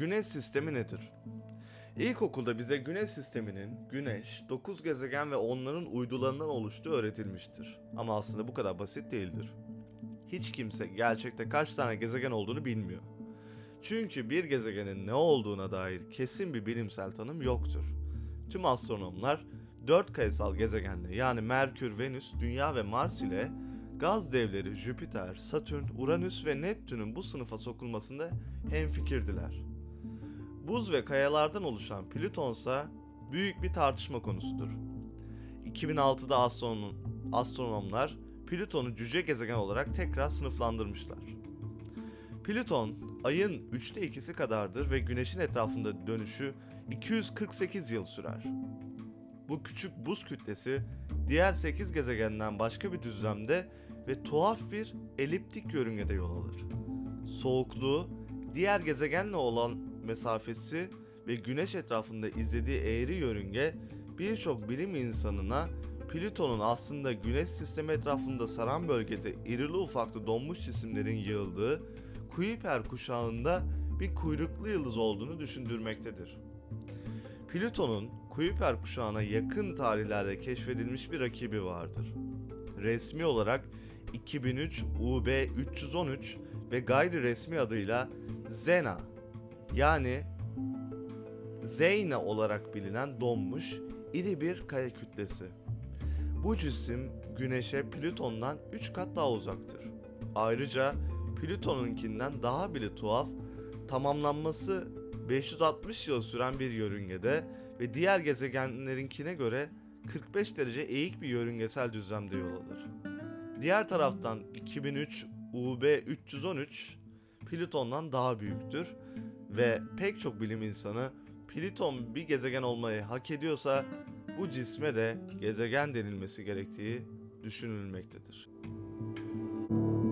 Güneş sistemi nedir? İlkokulda bize Güneş sisteminin Güneş, 9 gezegen ve onların uydularından oluştuğu öğretilmiştir. Ama aslında bu kadar basit değildir. Hiç kimse gerçekte kaç tane gezegen olduğunu bilmiyor. Çünkü bir gezegenin ne olduğuna dair kesin bir bilimsel tanım yoktur. Tüm astronomlar 4 kayısal gezegenle yani Merkür, Venüs, Dünya ve Mars ile gaz devleri Jüpiter, Satürn, Uranüs ve Neptün'ün bu sınıfa sokulmasında hemfikirdiler. Buz ve kayalardan oluşan Plüton ise büyük bir tartışma konusudur. 2006'da astronomlar Plüton'u cüce gezegen olarak tekrar sınıflandırmışlar. Plüton, Ay'ın 2/3'ü kadardır ve Güneş'in etrafında dönüşü 248 yıl sürer. Bu küçük buz kütlesi diğer 8 gezegenden başka bir düzlemde ve tuhaf bir eliptik yörüngede yol alır. Soğukluğu, diğer gezegenle olan mesafesi ve Güneş etrafında izlediği eğri yörünge birçok bilim insanına Plüton'un aslında Güneş sistemi etrafında saran bölgede irili ufaklı donmuş cisimlerin yığıldığı Kuiper kuşağında bir kuyruklu yıldız olduğunu düşündürmektedir. Plüton'un Kuiper kuşağına yakın tarihlerde keşfedilmiş bir rakibi vardır. Resmi olarak 2003 UB313 ve gayri resmi adıyla Zena yani Zeyna olarak bilinen donmuş iri bir kaya kütlesi. Bu cisim Güneş'e Plüton'dan 3 kat daha uzaktır. Ayrıca Plüton'unkinden daha bile tuhaf, tamamlanması 560 yıl süren bir yörüngede ve diğer gezegenlerinkine göre 45 derece eğik bir yörüngesel düzlemde yol alır. Diğer taraftan 2003 UB313 Plüton'dan daha büyüktür ve pek çok bilim insanı Plüton bir gezegen olmayı hak ediyorsa bu cisme de gezegen denilmesi gerektiği düşünülmektedir.